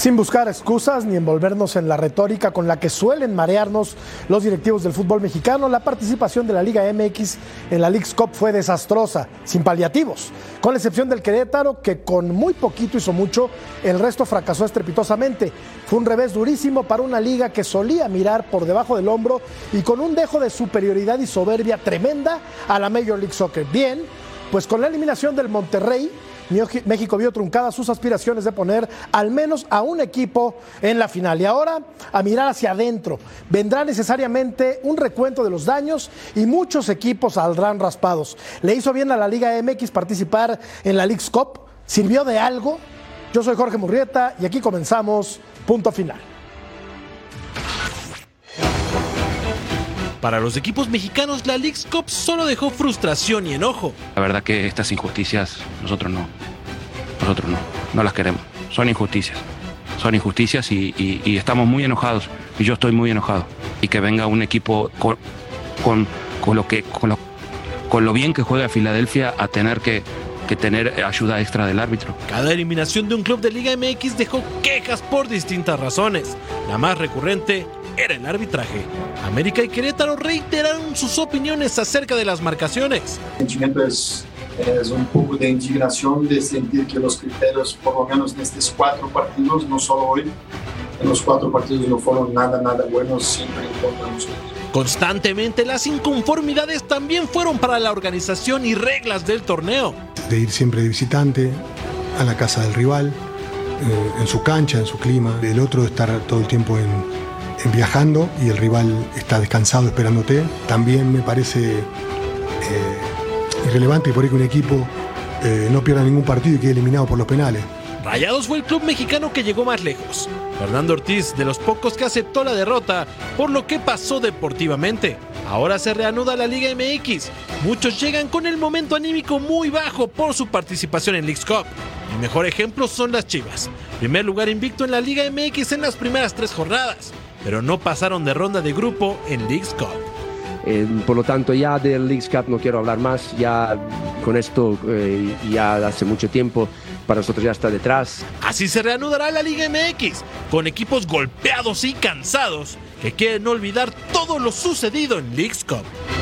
Sin buscar excusas ni envolvernos en la retórica con la que suelen marearnos los directivos del fútbol mexicano, la participación de la Liga MX en la Leagues Cup fue desastrosa, sin paliativos, con la excepción del Querétaro, que con muy poquito hizo mucho, el resto fracasó estrepitosamente. Fue un revés durísimo para una liga que solía mirar por debajo del hombro y con un dejo de superioridad y soberbia tremenda a la Major League Soccer. Bien, pues con la eliminación del Monterrey, México vio truncadas sus aspiraciones de poner al menos a un equipo en la final. Y ahora, a mirar hacia adentro, vendrá necesariamente un recuento de los daños y muchos equipos saldrán raspados. ¿Le hizo bien a la Liga MX participar en la Leagues Cup? ¿Sirvió de algo? Yo soy Jorge Murrieta y aquí comenzamos Punto Final. Para los equipos mexicanos, la Leagues Cup solo dejó frustración y enojo. La verdad que estas injusticias nosotros no las queremos. Son injusticias y estamos muy enojados. Y yo estoy muy enojado. Y que venga un equipo con lo bien que juega Filadelfia a tener que tener ayuda extra del árbitro. Cada eliminación de un club de Liga MX dejó quejas por distintas razones. La más recurrente era el arbitraje. América y Querétaro reiteraron sus opiniones acerca de las marcaciones. El sentimiento es un poco de indignación de sentir que los criterios, por lo menos en estos 4 partidos, no solo hoy, en los 4 partidos no fueron nada buenos, siempre en contra de nosotros. Constantemente las inconformidades también fueron para la organización y reglas del torneo. De ir siempre de visitante a la casa del rival, en su cancha, en su clima. El otro de estar todo el tiempo en viajando y el rival está descansado esperándote. También me parece irrelevante por ahí que un equipo no pierda ningún partido y quede eliminado por los penales. Rayados fue el club mexicano que llegó más lejos. Fernando Ortiz, de los pocos que aceptó la derrota por lo que pasó deportivamente. Ahora se reanuda la Liga MX. Muchos llegan con el momento anímico muy bajo por su participación en Leagues Cup. El mejor ejemplo son las Chivas. Primer lugar invicto en la Liga MX en las primeras 3 jornadas, pero no pasaron de ronda de grupo en Leagues Cup. Por lo tanto, ya del Leagues Cup no quiero hablar más. Ya con esto, ya hace mucho tiempo, para nosotros ya está detrás. Así se reanudará la Liga MX, con equipos golpeados y cansados que quieren olvidar todo lo sucedido en Leagues Cup.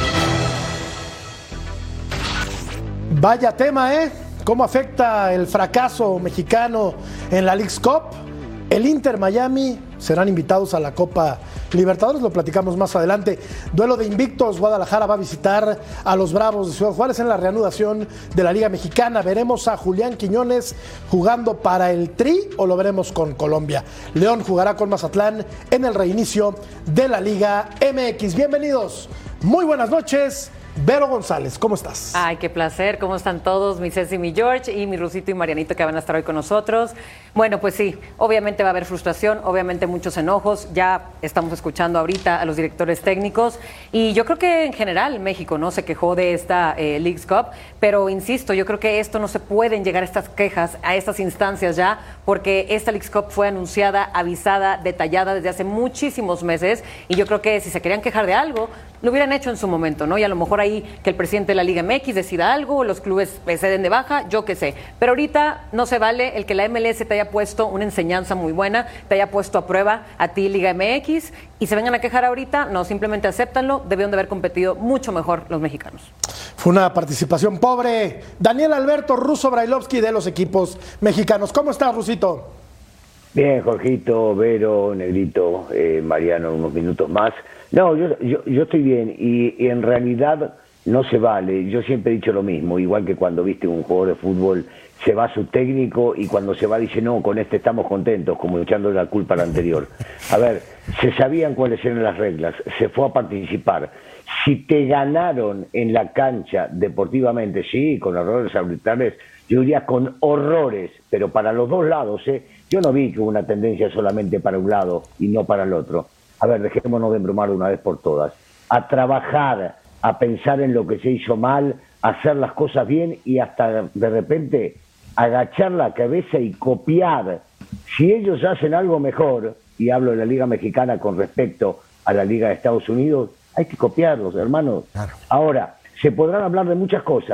Vaya tema, ¿eh? ¿Cómo afecta el fracaso mexicano en la Leagues Cup? El Inter Miami serán invitados a la Copa Libertadores, lo platicamos más adelante. Duelo de invictos, Guadalajara va a visitar a los Bravos de Ciudad Juárez en la reanudación de la Liga Mexicana. ¿Veremos a Julián Quiñones jugando para el Tri o lo veremos con Colombia? León jugará con Mazatlán en el reinicio de la Liga MX. Bienvenidos, muy buenas noches. Vero González, ¿cómo estás? Ay, qué placer, ¿cómo están todos? Mi Ceci, mi George y mi Rusito y Marianito que van a estar hoy con nosotros. Bueno, pues sí, obviamente va a haber frustración, obviamente muchos enojos, ya estamos escuchando ahorita a los directores técnicos y yo creo que en general México no se quejó de esta Leagues Cup, pero insisto, yo creo que esto no se pueden llegar a estas quejas, a estas instancias ya, porque esta Leagues Cup fue anunciada, avisada, detallada desde hace muchísimos meses y yo creo que si se querían quejar de algo, lo hubieran hecho en su momento, ¿no? Y a lo mejor ahí que el presidente de la Liga MX decida algo, los clubes se den de baja, yo qué sé. Pero ahorita no se vale el que la MLS te haya puesto una enseñanza muy buena, te haya puesto a prueba a ti, Liga MX, y se vengan a quejar ahorita, no, simplemente acéptanlo, debieron de haber competido mucho mejor los mexicanos. Fue una participación pobre. Daniel Alberto Russo Brailovsky de los equipos mexicanos. ¿Cómo estás, Rusito? Bien, Jorgito, Vero, Negrito, Mariano, unos minutos más. No, yo estoy bien y en realidad no se vale. Yo siempre he dicho lo mismo, igual que cuando viste un jugador de fútbol, se va su técnico y cuando se va dice, no, con este estamos contentos, como echándole la culpa al anterior. A ver, se sabían cuáles eran las reglas, se fue a participar. Si te ganaron en la cancha deportivamente, sí, con errores arbitrales, yo diría con horrores, pero para los dos lados, yo no vi que hubo una tendencia solamente para un lado y no para el otro. A ver, dejémonos de embromar de una vez por todas. A trabajar, a pensar en lo que se hizo mal, a hacer las cosas bien y hasta de repente agachar la cabeza y copiar. Si ellos hacen algo mejor, y hablo de la Liga Mexicana con respecto a la Liga de Estados Unidos, hay que copiarlos, hermanos. Claro. Ahora, se podrán hablar de muchas cosas,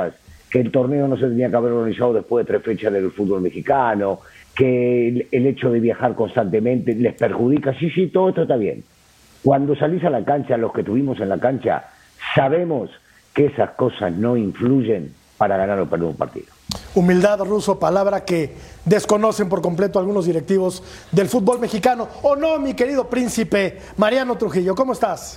que el torneo no se tenía que haber organizado después de 3 fechas del fútbol mexicano, que el hecho de viajar constantemente les perjudica. Sí, todo esto está bien. Cuando salís a la cancha, los que estuvimos en la cancha, sabemos que esas cosas no influyen para ganar o perder un partido. Humildad, Russo, palabra que desconocen por completo algunos directivos del fútbol mexicano. ¿O no, mi querido príncipe Mariano Trujillo? ¿Cómo estás?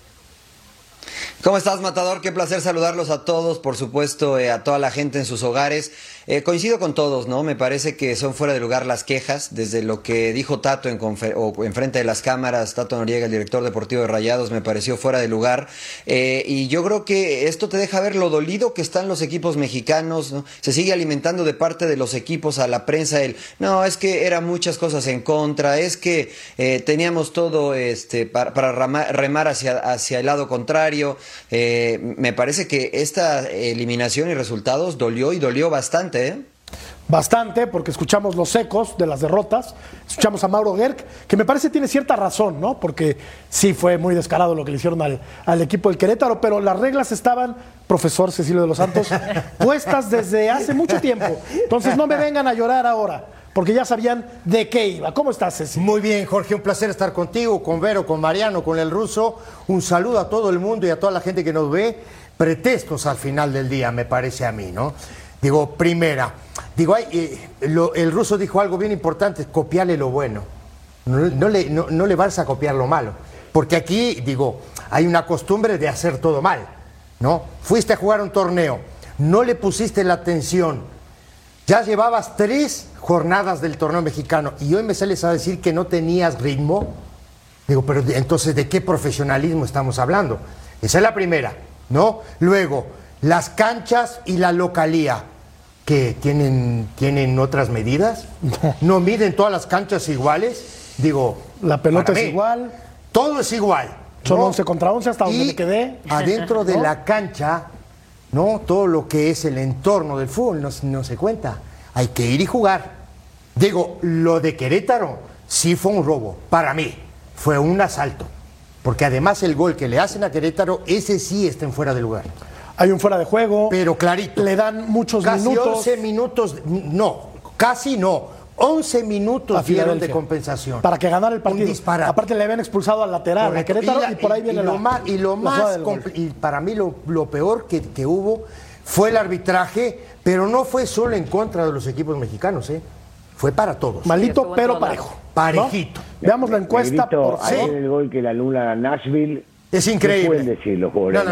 ¿Cómo estás, Matador? Qué placer saludarlos a todos, por supuesto, a toda la gente en sus hogares. Coincido con todos, ¿no? Me parece que son fuera de lugar las quejas, desde lo que dijo Tato en frente de las cámaras, Tato Noriega, el director deportivo de Rayados, me pareció fuera de lugar. Y yo creo que esto te deja ver lo dolido que están los equipos mexicanos, ¿no? Se sigue alimentando de parte de los equipos a la prensa no, es que eran muchas cosas en contra, es que teníamos todo para remar hacia el lado contrario. Me parece que esta eliminación y resultados dolió bastante. Bastante, porque escuchamos los ecos de las derrotas, escuchamos a Mauro Gerg, que me parece tiene cierta razón, ¿no? Porque sí fue muy descarado lo que le hicieron al equipo del Querétaro, pero las reglas estaban, profesor Cecilio de los Santos, puestas desde hace mucho tiempo. Entonces no me vengan a llorar ahora, porque ya sabían de qué iba. ¿Cómo estás, Ceci? Muy bien, Jorge, un placer estar contigo, con Vero, con Mariano, con el Ruso. Un saludo a todo el mundo y a toda la gente que nos ve. Pretextos al final del día, me parece a mí, ¿no? Digo, primera, el Ruso dijo algo bien importante, copiarle lo bueno. No le vas a copiar lo malo. Porque aquí, hay una costumbre de hacer todo mal, ¿no? Fuiste a jugar un torneo, no le pusiste la atención. Ya llevabas 3 jornadas del torneo mexicano y hoy me sales a decir que no tenías ritmo. Pero entonces, ¿de qué profesionalismo estamos hablando? Esa es la primera, ¿no? Luego, las canchas y la localía, ¿que tienen otras medidas? ¿No miden todas las canchas iguales? La pelota es igual. Todo es igual. Son 11 contra 11 hasta donde me quedé. Adentro de la cancha, ¿no? Todo lo que es el entorno del fútbol no se cuenta. Hay que ir y jugar. Lo de Querétaro sí fue un robo. Para mí, fue un asalto. Porque además el gol que le hacen a Querétaro, ese sí está en fuera de lugar. Hay un fuera de juego. Pero clarito. Le dan muchos casi minutos. 11 minutos. No, casi no. 11 minutos dieron de compensación. Para que ganara el partido. Aparte le habían expulsado al lateral, a Querétaro, y por ahí viene y para mí lo peor que hubo fue el arbitraje, pero no fue solo en contra de los equipos mexicanos, fue para todos. Malito, pero parejo. Parejito. ¿No? Veamos la encuesta. Negrito, ayer el gol que le anula a Nashville. Es increíble. No pueden decir los jugadores.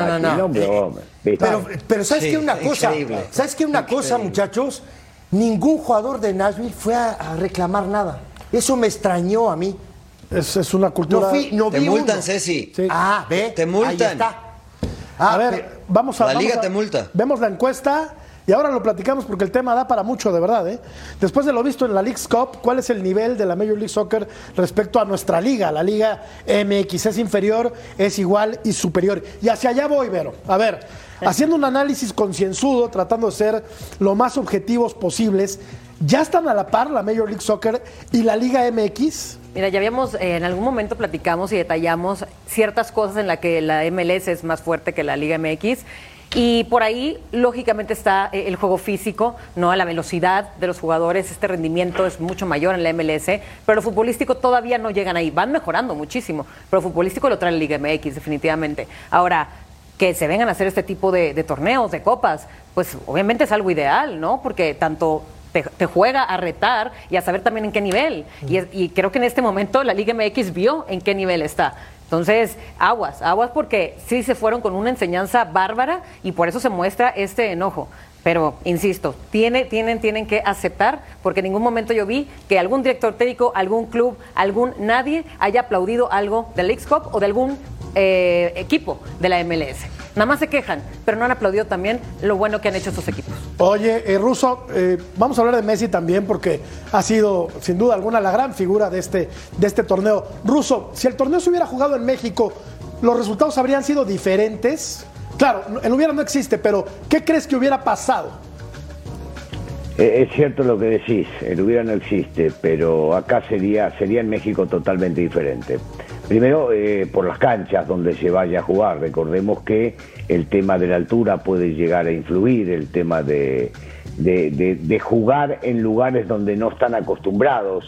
No. Pero ¿sabes qué una cosa? ¿Sabes qué una cosa, muchachos? Ningún jugador de Nashville fue a reclamar nada. Eso me extrañó a mí. Es una cultura. Te multan, Ceci. Sí. Ve. Te multan. Ahí está. A ver, la liga te multa. Vemos la encuesta y ahora lo platicamos porque el tema da para mucho, de verdad. Después de lo visto en la Leagues Cup, ¿cuál es el nivel de la Major League Soccer respecto a nuestra liga? La Liga MX, ¿es inferior, es igual y superior? Y hacia allá voy, Vero. A ver, haciendo un análisis concienzudo, tratando de ser lo más objetivos posibles, ¿ya están a la par la Major League Soccer y la Liga MX? Mira, ya habíamos, en algún momento platicamos y detallamos ciertas cosas en las que la MLS es más fuerte que la Liga MX. Y por ahí, lógicamente, está el juego físico, ¿no? La velocidad de los jugadores, este rendimiento es mucho mayor en la MLS, pero lo futbolístico todavía no llegan ahí. Van mejorando muchísimo, pero lo futbolístico lo trae la Liga MX, definitivamente. Ahora, que se vengan a hacer este tipo de torneos, de copas, pues obviamente es algo ideal, ¿no? Porque tanto te juega a retar y a saber también en qué nivel. Y creo que en este momento la Liga MX vio en qué nivel está. Entonces, aguas porque sí se fueron con una enseñanza bárbara y por eso se muestra este enojo. Pero, insisto, tienen que aceptar, porque en ningún momento yo vi que algún director técnico, algún club, nadie haya aplaudido algo del Leagues Cup o de algún equipo de la MLS. Nada más se quejan, pero no han aplaudido también lo bueno que han hecho estos equipos. Oye, Russo, vamos a hablar de Messi también porque ha sido, sin duda alguna, la gran figura de este torneo. Russo, si el torneo se hubiera jugado en México, ¿los resultados habrían sido diferentes? Claro, el hubiera no existe, pero ¿qué crees que hubiera pasado? Es cierto lo que decís, el hubiera no existe, pero acá sería en México totalmente diferente. Primero, por las canchas donde se vaya a jugar. Recordemos que el tema de la altura puede llegar a influir, el tema de jugar en lugares donde no están acostumbrados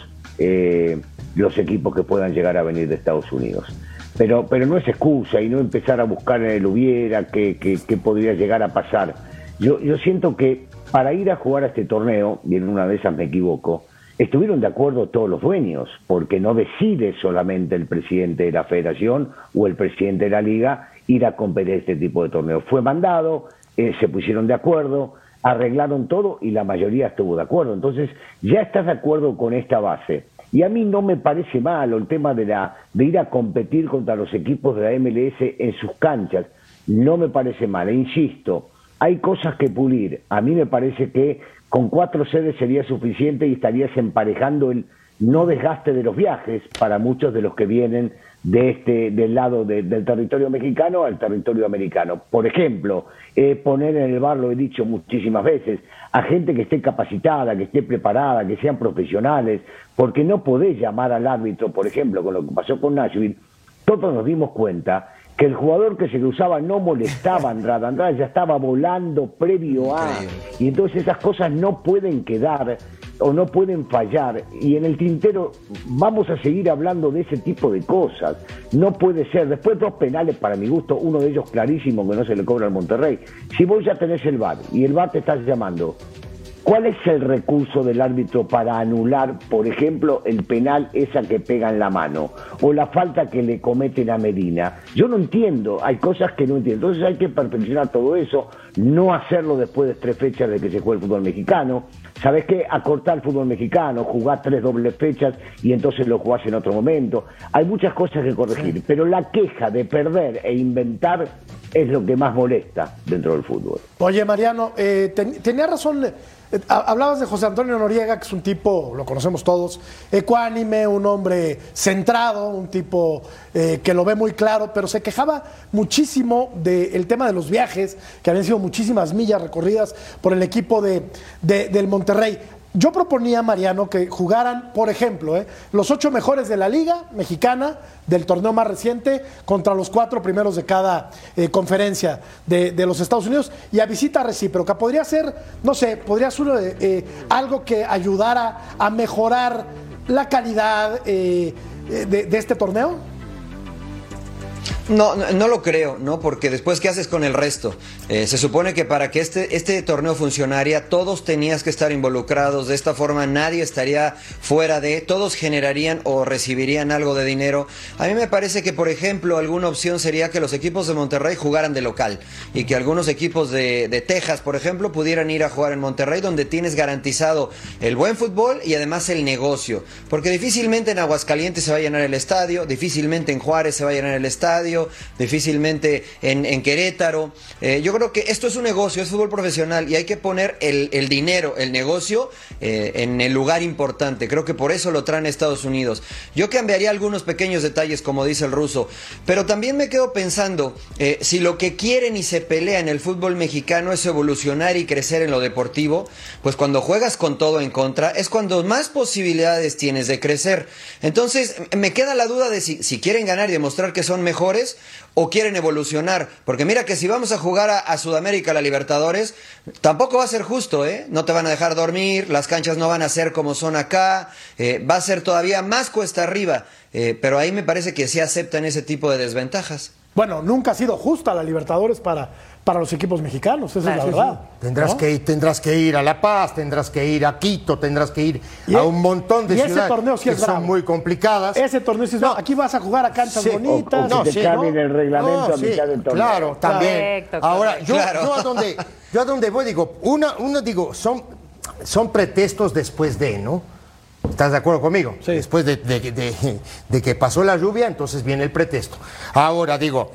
los equipos que puedan llegar a venir de Estados Unidos. Pero no es excusa, y no empezar a buscar en el hubiera qué podría llegar a pasar. Yo siento que para ir a jugar a este torneo, y en una de esas me equivoco, estuvieron de acuerdo todos los dueños, porque no decide solamente el presidente de la federación o el presidente de la liga ir a competir este tipo de torneos. Fue mandado, se pusieron de acuerdo, arreglaron todo y la mayoría estuvo de acuerdo. Entonces ya estás de acuerdo con esta base. Y a mí no me parece malo el tema de ir a competir contra los equipos de la MLS en sus canchas. No me parece mal, e insisto, hay cosas que pulir. A mí me parece que con 4 sedes sería suficiente y estarías emparejando el no desgaste de los viajes para muchos de los que vienen del lado del territorio mexicano al territorio americano. Por ejemplo, poner en el bar, lo he dicho muchísimas veces, a gente que esté capacitada, que esté preparada, que sean profesionales, porque no podés llamar al árbitro, por ejemplo, con lo que pasó con Nashville. Todos nos dimos cuenta que el jugador que se cruzaba no molestaba a Andrada. Andrada ya estaba volando previo a... Y entonces esas cosas no pueden quedar o no pueden fallar. Y en el tintero vamos a seguir hablando de ese tipo de cosas. No puede ser. Después 2 penales para mi gusto, uno de ellos clarísimo que no se le cobra al Monterrey. Si vos ya tenés el VAR y el VAR te estás llamando, ¿cuál es el recurso del árbitro para anular, por ejemplo, el penal esa que pega en la mano o la falta que le cometen a Medina? Yo no entiendo, hay cosas que no entiendo. Entonces hay que perfeccionar todo eso, no hacerlo después de 3 fechas de que se juegue el fútbol mexicano. ¿Sabes qué? Acortar el fútbol mexicano, jugar 3 dobles fechas y entonces lo jugás en otro momento. Hay muchas cosas que corregir, pero la queja de perder e inventar es lo que más molesta dentro del fútbol. Oye, Mariano, tenía razón. Hablabas de José Antonio Noriega, que es un tipo, lo conocemos todos, ecuánime, un hombre centrado, un tipo que lo ve muy claro, pero se quejaba muchísimo del tema de los viajes, que habían sido muchísimas millas recorridas por el equipo del Monterrey. Yo proponía, Mariano, que jugaran, por ejemplo, los 8 mejores de la Liga Mexicana, del torneo más reciente, contra los 4 primeros de cada conferencia de los Estados Unidos, y a visita recíproca. Podría ser, no sé, podría ser algo que ayudara a mejorar la calidad de este torneo. No lo creo, ¿no? Porque después, ¿qué haces con el resto? Se supone que para que este torneo funcionaría, todos tenías que estar involucrados. De esta forma nadie estaría fuera todos generarían o recibirían algo de dinero. A mí me parece que, por ejemplo, alguna opción sería que los equipos de Monterrey jugaran de local y que algunos equipos de Texas, por ejemplo, pudieran ir a jugar en Monterrey, donde tienes garantizado el buen fútbol y además el negocio. Porque difícilmente en Aguascalientes se va a llenar el estadio, difícilmente en Juárez se va a llenar el estadio, difícilmente en Querétaro. Yo creo que esto es un negocio, es fútbol profesional y hay que poner el dinero, el negocio en el lugar importante. Creo que por eso lo traen a Estados Unidos. Yo cambiaría algunos pequeños detalles, como dice el ruso, pero también me quedo pensando, si lo que quieren y se pelea en el fútbol mexicano es evolucionar y crecer en lo deportivo, pues cuando juegas con todo en contra es cuando más posibilidades tienes de crecer. Entonces me queda la duda de si quieren ganar y demostrar que son mejores o quieren evolucionar, porque mira que si vamos a jugar a Sudamérica, la Libertadores, tampoco va a ser justo, no te van a dejar dormir, las canchas no van a ser como son acá, va a ser todavía más cuesta arriba, pero ahí me parece que sí aceptan ese tipo de desventajas. Bueno, nunca ha sido justa la Libertadores para los equipos mexicanos, esa es la verdad. Tendrás que ir a La Paz, tendrás que ir a Quito, tendrás que ir a un montón de ciudades torneo sí que son muy complicadas. Ese torneo sí es bravo. Aquí vas a jugar a canchas bonitas. O te cambien el reglamento a mitad del torneo. Claro, también. Correcto, ahora, yo a donde voy, digo, digo, son pretextos después de, ¿no? ¿Estás de acuerdo conmigo? Sí. Después de que pasó la lluvia, entonces viene el pretexto. Ahora, digo,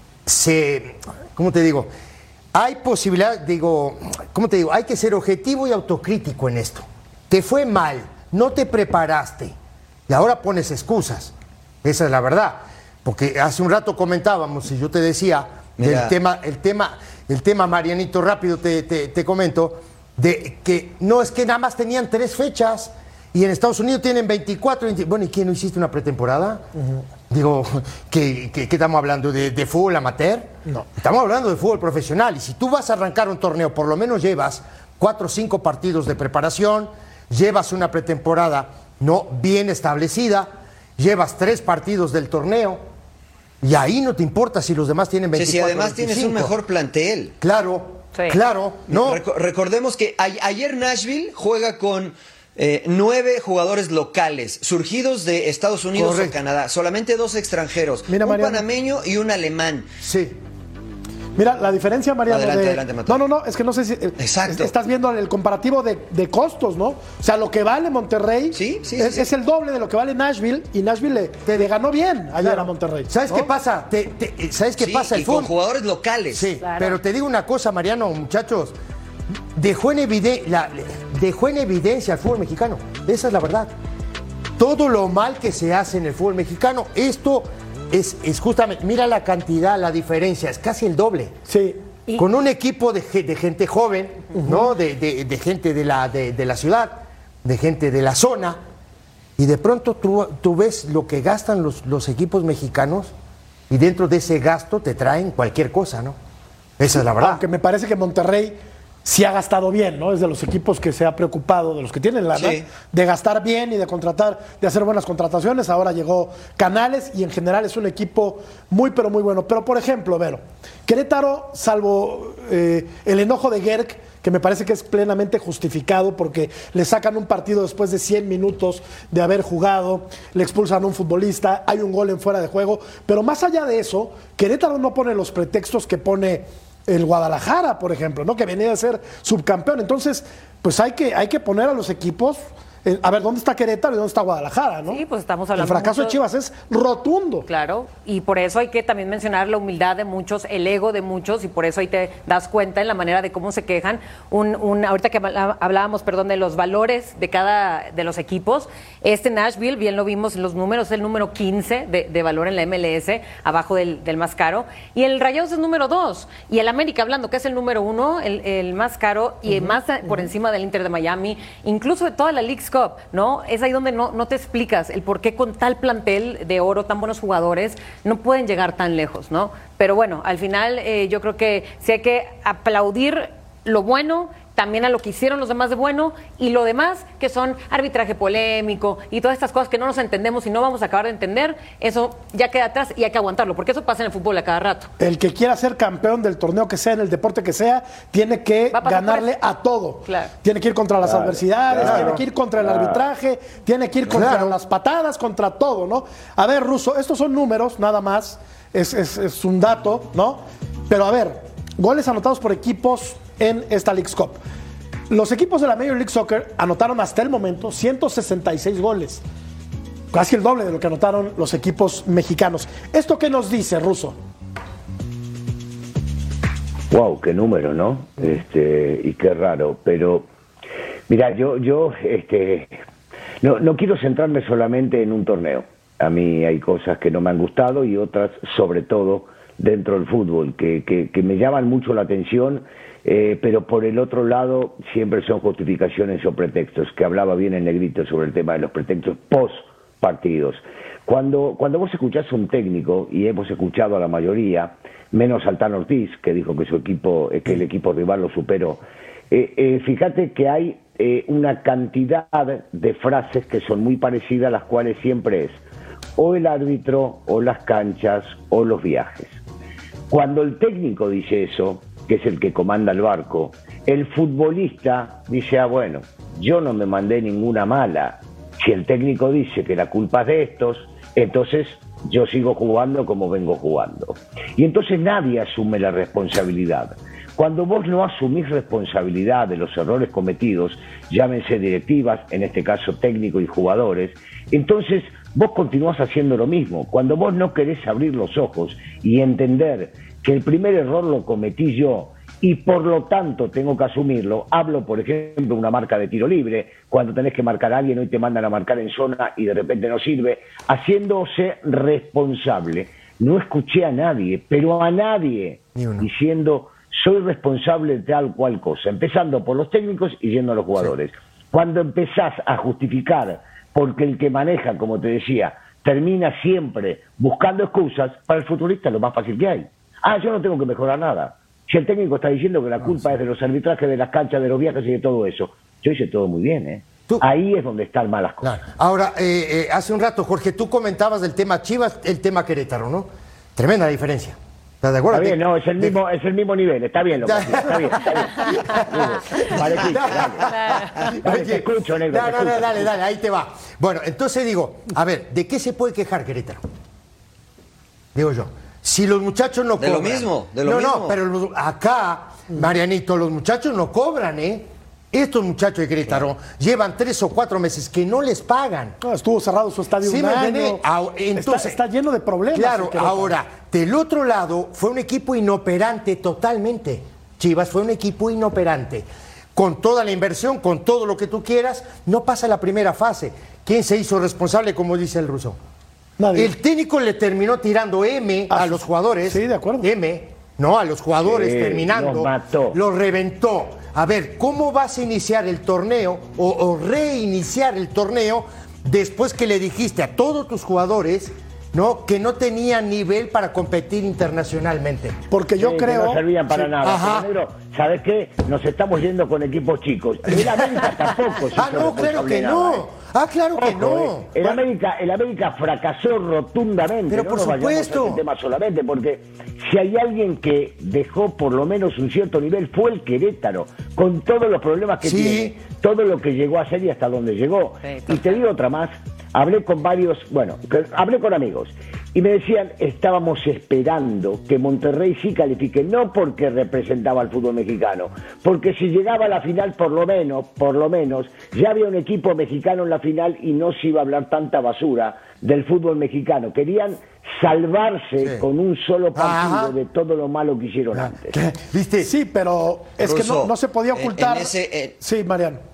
¿cómo te digo? Hay posibilidad, digo, ¿cómo te digo? Hay que ser objetivo y autocrítico en esto. Te fue mal, no te preparaste y ahora pones excusas. Esa es la verdad. Porque hace un rato comentábamos y yo te decía del tema, Marianito, rápido te comento, de que no es que nada más tenían 3 fechas y en Estados Unidos tienen 24. Bueno, ¿y quién no hiciste una pretemporada? Digo, ¿qué estamos hablando? ¿De fútbol amateur? No. Estamos hablando de fútbol profesional. Y si tú vas a arrancar un torneo, por lo menos llevas 4 o 5 partidos de preparación, llevas una pretemporada no bien establecida, llevas 3 partidos del torneo, y ahí no te importa si los demás tienen 24 si además 25. tienes un mejor plantel. Claro, sí. Claro. No. Recordemos que ayer Nashville juega con 9 jugadores locales, surgidos de Estados Unidos o Canadá. Solamente 2 extranjeros, Mira, un Mariano, panameño y un alemán. Sí. Mira, la diferencia, Mariano, Adelante, Mateo. No, es que no sé si... Exacto. Estás viendo el comparativo de costos, ¿no? O sea, lo que vale Monterrey es el doble de lo que vale Nashville, y Nashville le ganó bien ayer a Monterrey. ¿Sabes qué pasa? ¿Sabes qué pasa? El y con fútbol. jugadores locales. Sí, claro. Pero te digo una cosa, Mariano, muchachos. Dejó en evidencia el fútbol mexicano. Esa es la verdad. Todo lo mal que se hace en el fútbol mexicano, esto es justamente, mira la cantidad, la diferencia, es casi el doble. Sí. Con un equipo de gente joven, ¿no? De gente de la ciudad, de gente de la zona, y de pronto tú ves lo que gastan los equipos mexicanos, y dentro de ese gasto te traen cualquier cosa, ¿no? Esa es la verdad. Aunque me parece que Monterrey sí ha gastado bien, ¿no? Es de los equipos que se ha preocupado, de los que tienen lana, de gastar bien y de contratar, de hacer buenas contrataciones. Ahora llegó Canales y en general es un equipo muy, pero muy bueno. Pero, por ejemplo, Vero, Querétaro, salvo el enojo de Gerg, que me parece que es plenamente justificado porque le sacan un partido después de 100 minutos de haber jugado, le expulsan a un futbolista, hay un gol en fuera de juego, pero más allá de eso, Querétaro no pone los pretextos que pone el Guadalajara, por ejemplo, ¿no? Que venía a ser subcampeón. Entonces, pues hay que poner a los equipos. A ver, ¿dónde está Querétaro y dónde está Guadalajara, no? Sí, pues estamos hablando El fracaso mucho de Chivas es rotundo. Claro, y por eso hay que también mencionar la humildad de muchos, el ego de muchos, y por eso ahí te das cuenta en la manera de cómo se quejan. Ahorita que hablábamos, de los valores de cada de los equipos, Nashville, bien lo vimos en los números, es el número 15 de valor en la MLS, abajo del más caro, y el Rayados es número 2, y el América, hablando que es el número 1, el más caro, y más por encima del Inter de Miami, incluso de toda la Leagues Cup, ¿no? Es ahí donde no te explicas el por qué con tal plantel de oro, tan buenos jugadores, no pueden llegar tan lejos, ¿no? Pero bueno, al final yo creo que sí hay que aplaudir lo bueno, también a lo que hicieron los demás de bueno, y lo demás que son arbitraje polémico y todas estas cosas que no nos entendemos y no vamos a acabar de entender, eso ya queda atrás y hay que aguantarlo, porque eso pasa en el fútbol a cada rato. El que quiera ser campeón del torneo que sea, en el deporte que sea, tiene que ganarle a todo. Claro. Tiene que ir contra las adversidades, tiene que ir contra el arbitraje, tiene que ir contra las patadas, contra todo, ¿no? A ver, Russo, estos son números, nada más, es un dato, ¿no? Pero a ver, goles anotados por equipos en esta Leagues Cup. Los equipos de la Major League Soccer anotaron hasta el momento 166 goles. Casi el doble de lo que anotaron los equipos mexicanos. ¿Esto qué nos dice, Russo? Wow, qué número, ¿no? Y qué raro. Pero, mira, yo no quiero centrarme solamente en un torneo. A mí hay cosas que no me han gustado y otras, sobre todo, dentro del fútbol, que me llaman mucho la atención, pero por el otro lado siempre son justificaciones o pretextos, que hablaba bien el Negrito sobre el tema de los pretextos post partidos. Cuando vos escuchás a un técnico, y hemos escuchado a la mayoría, menos al Tan Ortiz, que dijo que que el equipo rival lo superó, fíjate que hay una cantidad de frases que son muy parecidas, a las cuales siempre es o el árbitro, o las canchas, o los viajes. Cuando el técnico dice eso, que es el que comanda el barco, el futbolista dice, bueno, yo no me mandé ninguna mala. Si el técnico dice que la culpa es de estos, entonces yo sigo jugando como vengo jugando. Y entonces nadie asume la responsabilidad. Cuando vos no asumís responsabilidad de los errores cometidos, llámense directivas, en este caso técnico y jugadores, entonces vos continuás haciendo lo mismo. Cuando vos no querés abrir los ojos y entender que el primer error lo cometí yo y por lo tanto tengo que asumirlo, hablo por ejemplo de una marca de tiro libre, cuando tenés que marcar a alguien, hoy te mandan a marcar en zona y de repente no sirve, haciéndose responsable. No escuché a nadie, pero a nadie, diciendo soy responsable de tal cual cosa, empezando por los técnicos y yendo a los jugadores. Sí. Cuando empezás a justificar porque el que maneja, como te decía, termina siempre buscando excusas. Para el futbolista es lo más fácil que hay. Yo no tengo que mejorar nada. Si el técnico está diciendo que la culpa es de los arbitrajes, de las canchas, de los viajes y de todo eso, yo hice todo muy bien, ¿eh? Ahí es donde están malas cosas. Claro. Ahora, hace un rato, Jorge, tú comentabas del tema Chivas, el tema Querétaro, ¿no? Tremenda diferencia. ¿Estás de acuerdo? Está bien, no, es el mismo nivel, está bien lo que haces, está bien. Vale, dale, te escucho, negro. Dale, ahí te va. Bueno, entonces digo, a ver, ¿de qué se puede quejar Querétaro? Digo yo, si los muchachos no cobran. De lo mismo. No, pero acá, Marianito, los muchachos no cobran, ¿eh? Estos muchachos de Querétaro llevan 3 o 4 meses que no les pagan. No, estuvo cerrado su estadio un año. Entonces, está lleno de problemas. Claro, ahora, del otro lado, fue un equipo inoperante totalmente. Chivas fue un equipo inoperante. Con toda la inversión, con todo lo que tú quieras, no pasa la primera fase. ¿Quién se hizo responsable, como dice el ruso? Nadie. El técnico le terminó tirando M a los jugadores. Sí, de acuerdo. A los jugadores terminando. Los mató. Los reventó. A ver, ¿cómo vas a iniciar el torneo o reiniciar el torneo después que le dijiste a todos tus jugadores, ¿no?, que no tenían nivel para competir internacionalmente? Porque yo creo... Que no servían para nada. Pero, ¿sabes qué? Nos estamos yendo con equipos chicos. El América tampoco. Claro que no. Claro que no. El América fracasó rotundamente. Pero por supuesto. A ese tema solamente, porque si hay alguien que dejó por lo menos un cierto nivel fue el Querétaro, con todos los problemas que tiene, todo lo que llegó a ser y hasta dónde llegó. Y te digo otra más, hablé con amigos, y me decían, estábamos esperando que Monterrey sí califique, no porque representaba al fútbol mexicano, porque si llegaba a la final por lo menos, ya había un equipo mexicano en la final y no se iba a hablar tanta basura del fútbol mexicano. Querían salvarse con un solo partido de todo lo malo que hicieron antes. ¿Viste? Sí, pero es Ruso, que no se podía ocultar. Sí, Mariano.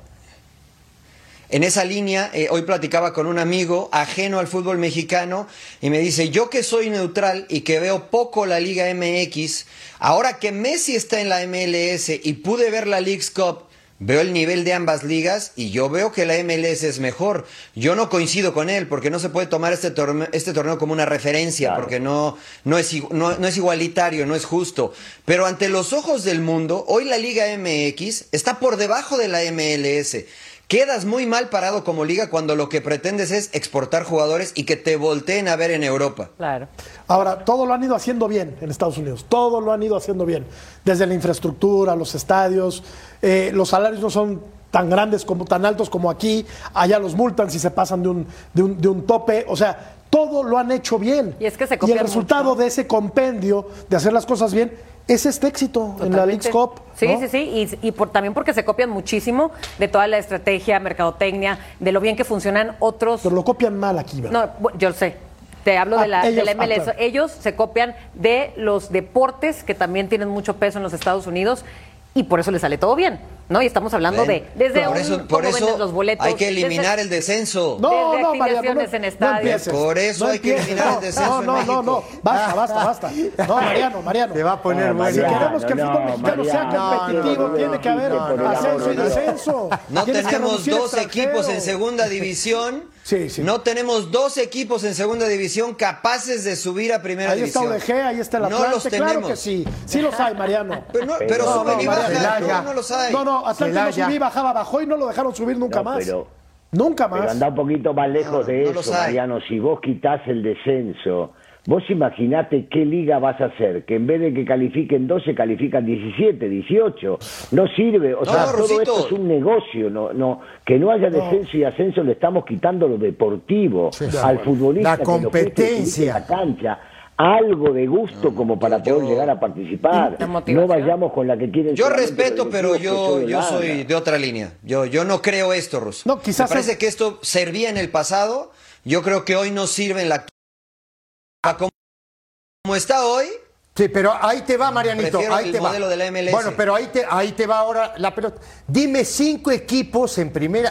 En esa línea, hoy platicaba con un amigo ajeno al fútbol mexicano y me dice, yo que soy neutral y que veo poco la Liga MX, ahora que Messi está en la MLS y pude ver la Leagues Cup, veo el nivel de ambas ligas y yo veo que la MLS es mejor. Yo no coincido con él porque no se puede tomar este torneo como una referencia, porque no es igualitario, no es justo. Pero ante los ojos del mundo, hoy la Liga MX está por debajo de la MLS. Quedas muy mal parado como liga cuando lo que pretendes es exportar jugadores y que te volteen a ver en Europa. Claro. Ahora, todo lo han ido haciendo bien en Estados Unidos. Todo lo han ido haciendo bien. Desde la infraestructura, los estadios. Los salarios no son tan grandes, tan altos como aquí. Allá los multan si se pasan de un tope. O sea, todo lo han hecho bien. Y es que se y copian el resultado mucho de ese compendio, de hacer las cosas bien, es este éxito en la Leagues Cup. Sí, ¿no? sí. Y también porque se copian muchísimo de toda la estrategia, mercadotecnia, de lo bien que funcionan otros. Pero lo copian mal aquí, ¿verdad? No, yo lo sé. Te hablo de la MLS. claro. Ellos se copian de los deportes que también tienen mucho peso en los Estados Unidos y por eso les sale todo bien, ¿no? Y estamos hablando desde por eso venden los boletos, hay que eliminar el descenso. Desde activaciones en estadios. Por eso hay que eliminar el descenso en México. No, basta. No, Mariano. Te va a poner Si queremos que el fútbol mexicano sea competitivo, tiene que haber ascenso y descenso. No tenemos dos equipos en segunda división. Sí. No tenemos 2 equipos en segunda división capaces de subir a primera división. Ahí está ODG, ahí está el Atlante. No los tenemos. Claro que sí. Sí los hay, Mariano. Pero suben y bajan, no los hay. No, Atlante no subí, bajó y no lo dejaron subir nunca más. Nunca más. Pero anda un poquito más lejos de eso, Mariano. Si vos quitás el descenso, vos imaginate qué liga vas a hacer, que en vez de que califiquen 12, califican 17, 18. No sirve. O sea, todo esto es un negocio. Que no haya descenso y ascenso le estamos quitando lo deportivo al futbolista. La competencia. La cancha. Algo de gusto como para poder llegar a participar. No vayamos con la que quieren. Yo respeto, pero yo soy de otra línea. Yo no creo esto, Russo. No, quizás me parece que esto servía en el pasado. Yo creo que hoy no sirve en la actualidad. Como está hoy. Sí, pero ahí te va, Marianito. Ahí te va. Modelo de la MLS. Bueno, pero ahí te va ahora la pelota. Dime 5 equipos en primera,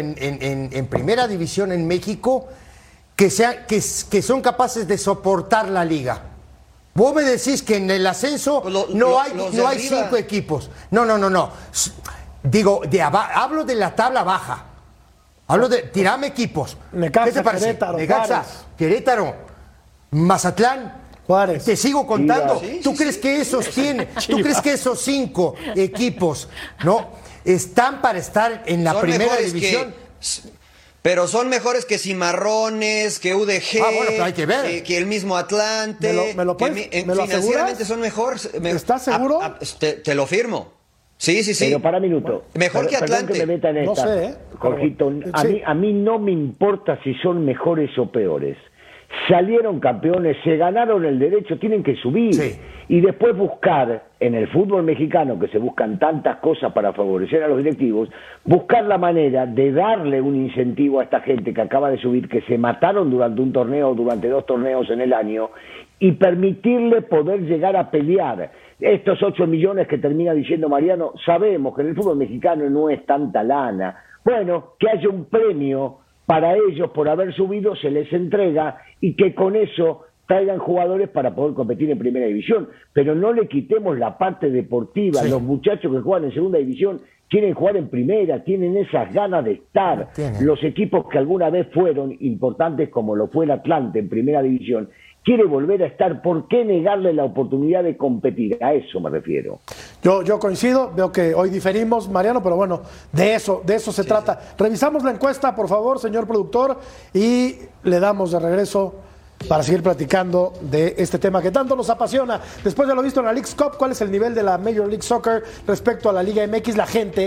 en primera división en México que son capaces de soportar la liga. Vos me decís que en el ascenso no hay 5 equipos. No. Digo, hablo de la tabla baja. Hablo de tirame equipos. Necaxa, ¿Qué te parece? Querétaro, Necaxa, Juárez. Querétaro, Mazatlán. Juárez. Te sigo contando. Sí, ¿Tú sí, crees sí. que esos ¿Tú crees que esos 5 equipos no están para estar en la Son primera mejores división? Pero son mejores que Cimarrones, que UDG, Bueno, pero hay que ver. Que el mismo Atlante. ¿Me lo puedes- me lo financieramente aseguras? son mejores. ¿Estás seguro? Te lo firmo. Sí. Pero para minuto. Mejor que Perdón Atlante. que me meta en No esta. sé, Jorgito, Sí. a mí no me importa si son mejores o peores. Salieron campeones, se ganaron el derecho, tienen que subir. Sí. Y después buscar, en el fútbol mexicano, que se buscan tantas cosas para favorecer a los directivos, buscar la manera de darle un incentivo a esta gente que acaba de subir, que se mataron durante un torneo, durante 2 torneos en el año, y permitirle poder llegar a pelear. Estos 8 millones que termina diciendo Mariano, sabemos que en el fútbol mexicano no es tanta lana. Bueno, que haya un premio para ellos por haber subido, se les entrega y que con eso traigan jugadores para poder competir en primera división, pero no le quitemos la parte deportiva. Sí. Los muchachos que juegan en segunda división quieren jugar en primera, tienen esas ganas de estar. Tienen. Los equipos que alguna vez fueron importantes, como lo fue el Atlante en primera división, quiere volver a estar. ¿Por qué negarle la oportunidad de competir? A eso me refiero. Yo coincido, veo que hoy diferimos, Mariano, pero bueno, de eso se trata. Revisamos la encuesta, por favor, señor productor, y le damos de regreso para seguir platicando de este tema que tanto nos apasiona. Después de lo visto en la Leagues Cup, ¿cuál es el nivel de la Major League Soccer respecto a la Liga MX? La gente,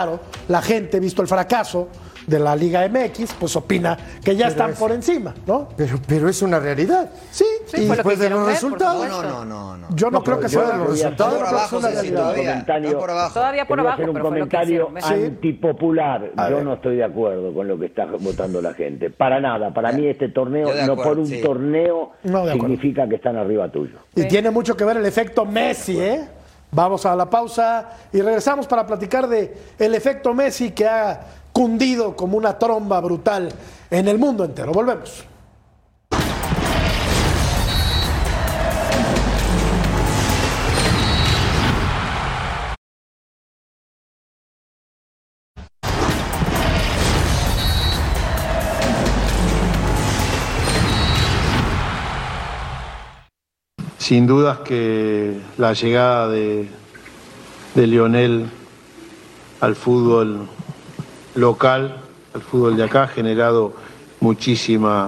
visto el fracaso de la Liga MX, pues opina que ya están por encima, ¿no? Pero es una realidad. Sí, Sí, y fue lo que después de hicieron los ver, por resultados. supuesto. No. yo no creo que yo sea los los resultados, resultados, Por abajo, pero es una sí, realidad. todavía. No por abajo. Todavía por Te voy a abajo, hacer un pero fue lo que comentario hicieron ver. antipopular. Yo no estoy de acuerdo con lo que está votando la gente. Para nada. Para mí este torneo, Yo de no acuerdo, por un sí. torneo, No, de acuerdo. significa que están arriba tuyo. Y tiene mucho que ver el efecto Messi, ¿eh? Vamos a la pausa y regresamos para platicar de el efecto Messi que ha cundido como una tromba brutal en el mundo entero. Volvemos. Sin dudas que la llegada de Lionel al fútbol local, al fútbol de acá, ha generado muchísimas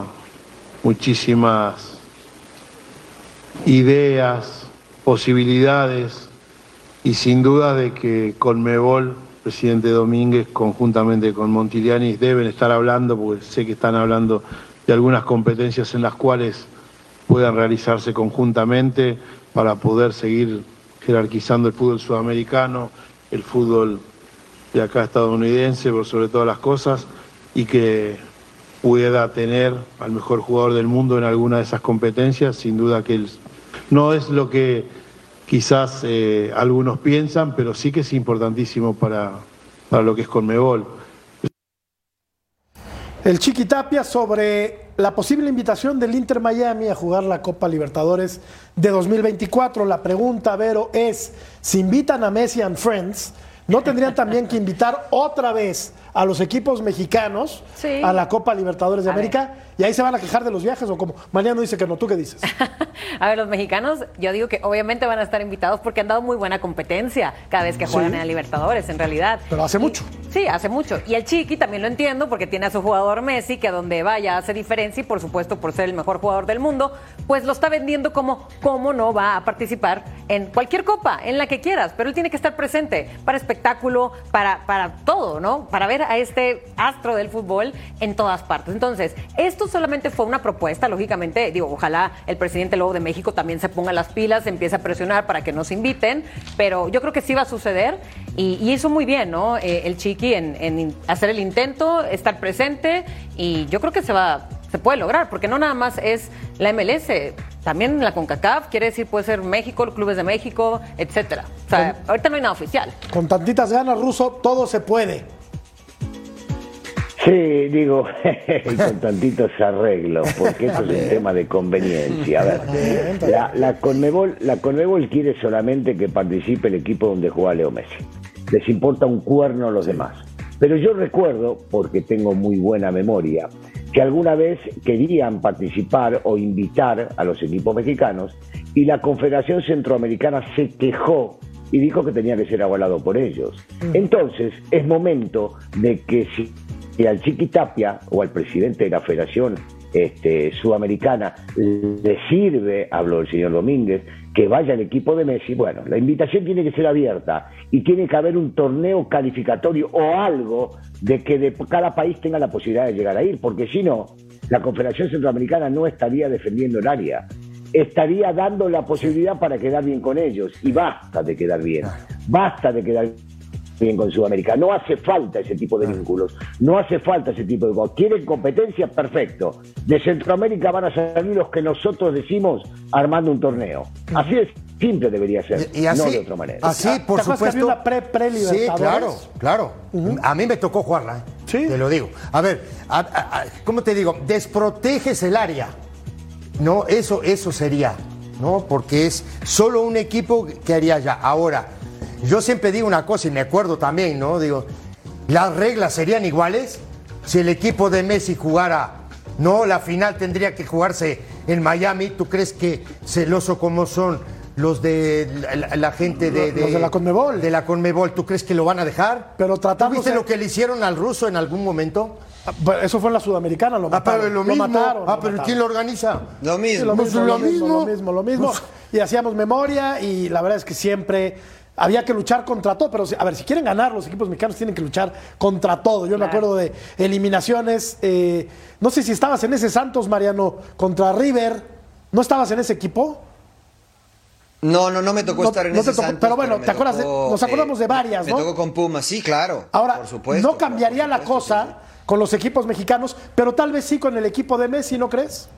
ideas, posibilidades, y sin duda de que Conmebol, presidente Domínguez, conjuntamente con Montiliani, deben estar hablando, porque sé que están hablando de algunas competencias en las cuales puedan realizarse conjuntamente para poder seguir jerarquizando el fútbol sudamericano, el fútbol de acá estadounidense, por sobre todas las cosas, y que pueda tener al mejor jugador del mundo en alguna de esas competencias. Sin duda que él no es lo que quizás algunos piensan, pero sí que es importantísimo para lo que es Conmebol. El Chiqui Tapia sobre la posible invitación del Inter Miami a jugar la Copa Libertadores de 2024. La pregunta, Vero, es, si invitan a Messi and Friends, ¿no tendrían también que invitar otra vez a los equipos mexicanos Sí. a la Copa Libertadores de A América? ¿Y ahí se van a quejar de los viajes o como? Mariano dice que no, ¿tú qué dices? A ver, los mexicanos, yo digo que obviamente van a estar invitados porque han dado muy buena competencia cada vez que juegan Sí. en la Libertadores, en realidad. Pero hace mucho. Sí, hace mucho. Y el Chiqui también lo entiendo porque tiene a su jugador Messi, que a donde vaya hace diferencia y por supuesto por ser el mejor jugador del mundo, pues lo está vendiendo como cómo no va a participar en cualquier copa, en la que quieras, pero él tiene que estar presente para espectáculo, para todo, ¿no? Para ver a este astro del fútbol en todas partes. Entonces, esto solamente fue una propuesta, lógicamente, digo, ojalá el presidente Lobo de México también se ponga las pilas, empiece a presionar para que nos inviten, pero yo creo que sí va a suceder y hizo muy bien, ¿no? El Chiqui en hacer el intento, estar presente, y yo creo que se puede lograr, porque no nada más es la MLS, también la CONCACAF, quiere decir puede ser México, clubes de México, etcétera. O sea, ahorita no hay nada oficial. Con tantitas ganas, Ruso, todo se puede. Sí, digo, con tantitos arreglos, porque esto es un tema de conveniencia. A ver, la Conmebol quiere solamente que participe el equipo donde juega Leo Messi. Les importa un cuerno a los demás. Pero yo recuerdo, porque tengo muy buena memoria, que alguna vez querían participar o invitar a los equipos mexicanos y la Confederación Centroamericana se quejó y dijo que tenía que ser avalado por ellos. Entonces, es momento de que si al Chiqui Tapia o al presidente de la Federación Sudamericana le sirve, habló el señor Domínguez, que vaya al equipo de Messi, bueno, la invitación tiene que ser abierta y tiene que haber un torneo calificatorio o algo de que de cada país tenga la posibilidad de llegar a ir, porque si no, la Confederación Centroamericana no estaría defendiendo el área, estaría dando la posibilidad para quedar bien con ellos, y basta de quedar bien con Sudamérica. No hace falta ese tipo de vínculos, no hace falta ese tipo de cosas. ¿Quieren competencia? Perfecto. De Centroamérica van a salir los que nosotros decimos armando un torneo. Así de simple debería ser, y así, no de otra manera. Así, por supuesto. Había una pre-Libertadores? Sí, claro. A mí me tocó jugarla, ¿Sí? Te lo digo. A ver, ¿cómo te digo? Desproteges el área. No, eso sería, ¿no? Porque es solo un equipo que haría ya. Ahora, yo siempre digo una cosa y me acuerdo también, ¿no? Digo, ¿las reglas serían iguales? Si el equipo de Messi jugara, no, la final tendría que jugarse en Miami. ¿Tú crees que, celoso como son los de la gente los de la Conmebol? De la Conmebol, ¿tú crees que lo van a dejar? Pero tratamos. ¿Viste lo que le hicieron al ruso en algún momento? Eso fue en la Sudamericana, lo mataron. Pero lo mismo. Mataron, pero ¿quién lo organiza? Lo mismo. Lo mismo. Y hacíamos memoria y la verdad es que siempre había que luchar contra todo. Pero, a ver, si quieren ganar, los equipos mexicanos tienen que luchar contra todo. Yo me acuerdo de eliminaciones. No sé si estabas en ese Santos, Mariano, contra River. ¿No estabas en ese equipo? No me tocó estar en ese Santos. Pero bueno, ¿te acuerdas? Nos acordamos de varias, ¿no? Me tocó con Pumas, sí, claro. Ahora, por supuesto, no cambiaría la cosa sí, con los equipos mexicanos, pero tal vez sí con el equipo de Messi, ¿no crees?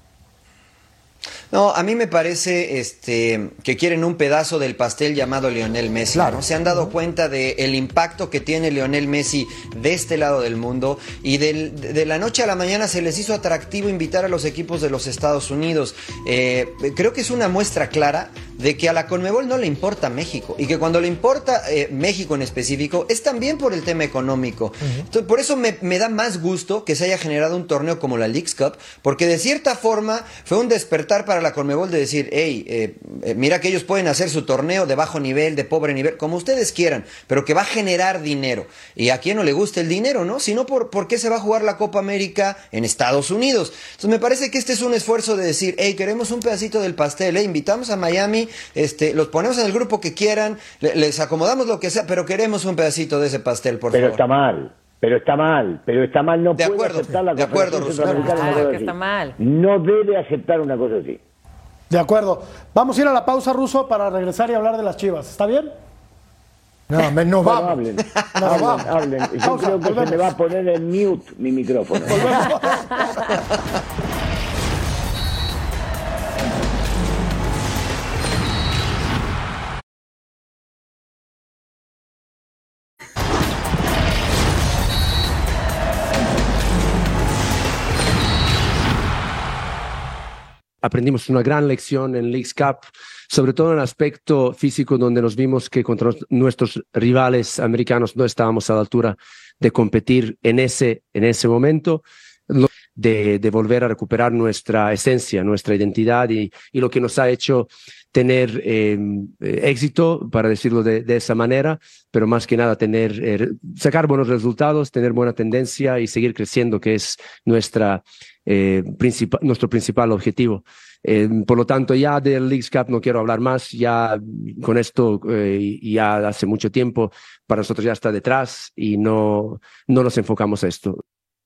No, a mí me parece que quieren un pedazo del pastel llamado Lionel Messi. Claro. ¿No? Se han dado cuenta del impacto que tiene Lionel Messi de este lado del mundo y de la noche a la mañana se les hizo atractivo invitar a los equipos de los Estados Unidos. Creo que es una muestra clara de que a la Conmebol no le importa México y que cuando le importa México en específico es también por el tema económico. Entonces, por eso me da más gusto que se haya generado un torneo como la Leagues Cup, porque de cierta forma fue un despertar para la Conmebol de decir, hey, mira que ellos pueden hacer su torneo de bajo nivel, de pobre nivel, como ustedes quieran, pero que va a generar dinero. Y a quien no le gusta el dinero, ¿no? Sino por qué se va a jugar la Copa América en Estados Unidos. Entonces me parece que este es un esfuerzo de decir, hey, queremos un pedacito del pastel, invitamos a Miami, los ponemos en el grupo que quieran, les acomodamos lo que sea, pero queremos un pedacito de ese pastel, por favor. Pero está mal, no puede aceptar la Confederación Centroamericana. Que está mal. No debe aceptar una cosa así. De acuerdo. Vamos a ir a la pausa, Ruso, para regresar y hablar de las Chivas. ¿Está bien? No vamos. Hablen. Yo creo que se me va a poner en mute mi micrófono. Aprendimos una gran lección en Leagues Cup, sobre todo en el aspecto físico, donde nos vimos que contra nuestros rivales americanos no estábamos a la altura de competir en ese momento, de volver a recuperar nuestra esencia, nuestra identidad y lo que nos ha hecho tener éxito, para decirlo de esa manera, pero más que nada sacar buenos resultados, tener buena tendencia y seguir creciendo, que es nuestro principal objetivo. Por lo tanto, ya del Leagues Cup no quiero hablar más, ya con esto ya hace mucho tiempo para nosotros ya está detrás y no nos enfocamos a esto.